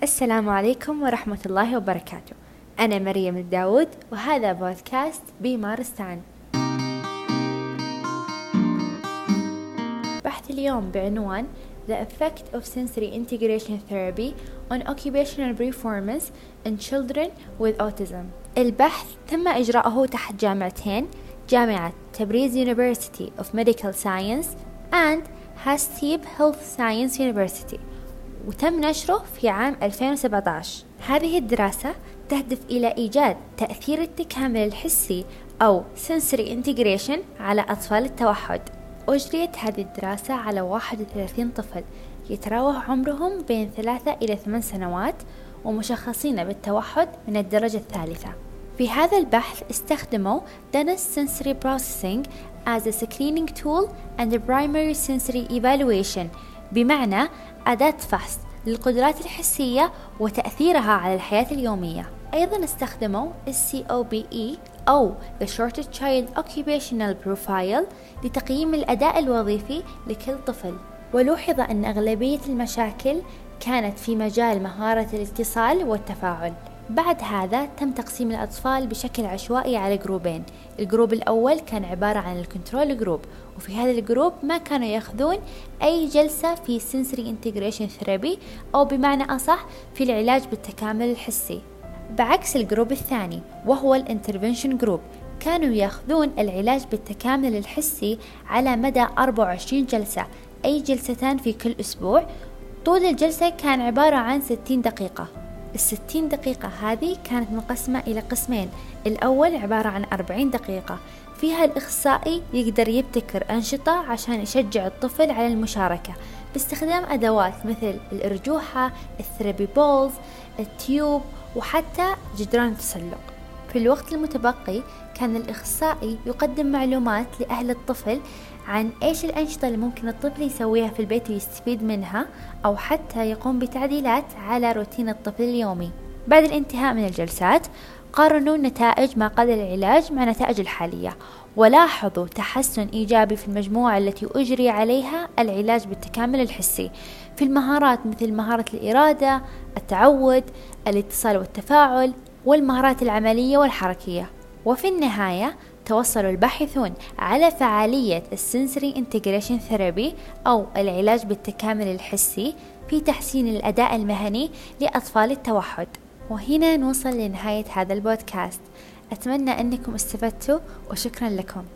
السلام عليكم ورحمة الله وبركاته. أنا مريم الداود وهذا بودكاست بمارستان. بحث اليوم بعنوان The Effect of Sensory Integration Therapy on Occupational Performance in Children with Autism. البحث تم إجراءه تحت جامعتين، جامعة تبريز University of Medical Science and هاستيب Health Science University، وتم نشره في عام 2017. هذه الدراسة تهدف إلى إيجاد تأثير التكامل الحسي أو Sensory Integration على أطفال التوحد. أجريت هذه الدراسة على 31 طفل يتراوح عمرهم بين 3 إلى 8 سنوات ومشخصين بالتوحد من الدرجة الثالثة. في هذا البحث استخدموا Dennis Sensory Processing as a screening tool and a primary sensory evaluation، بمعنى أداة فحص للقدرات الحسية وتأثيرها على الحياة اليومية. أيضا استخدموا COBE أو The Shorter Child Occupational Profile لتقييم الأداء الوظيفي لكل طفل. ولوحظ أن أغلبية المشاكل كانت في مجال مهارة الاتصال والتفاعل. بعد هذا تم تقسيم الأطفال بشكل عشوائي على جروبين. الجروب الأول كان عبارة عن الكنترول جروب، وفي هذا الجروب ما كانوا يأخذون أي جلسة في Sensory Integration Therapy أو بمعنى أصح في العلاج بالتكامل الحسي، بعكس الجروب الثاني وهو الانترفنشن جروب، كانوا يأخذون العلاج بالتكامل الحسي على مدى 24 جلسة، أي جلستان في كل أسبوع. طول الجلسة كان عبارة عن 60 دقيقة. 60 دقيقة هذه كانت مقسمة إلى قسمين. الأول عبارة عن 40 دقيقة فيها الإخصائي يقدر يبتكر أنشطة عشان يشجع الطفل على المشاركة باستخدام أدوات مثل الأرجوحة، الثيرابي بولز، التيوب، وحتى جدران التسلق. في الوقت المتبقي كان الإخصائي يقدم معلومات لأهل الطفل عن إيش الأنشطة اللي ممكن الطفل يسويها في البيت ويستفيد منها، أو حتى يقوم بتعديلات على روتين الطفل اليومي. بعد الانتهاء من الجلسات قارنوا نتائج ما قبل العلاج مع نتائج الحالية، ولاحظوا تحسن إيجابي في المجموعة التي أجري عليها العلاج بالتكامل الحسي في المهارات مثل مهارة الإرادة، التعود، الاتصال والتفاعل، والمهارات العملية والحركية. وفي النهاية توصلوا الباحثون على فعالية السنسوري انتجريشن ثيرابي أو العلاج بالتكامل الحسي في تحسين الأداء المهني لأطفال التوحد. وهنا نوصل لنهاية هذا البودكاست. أتمنى أنكم استفدتوا وشكرا لكم.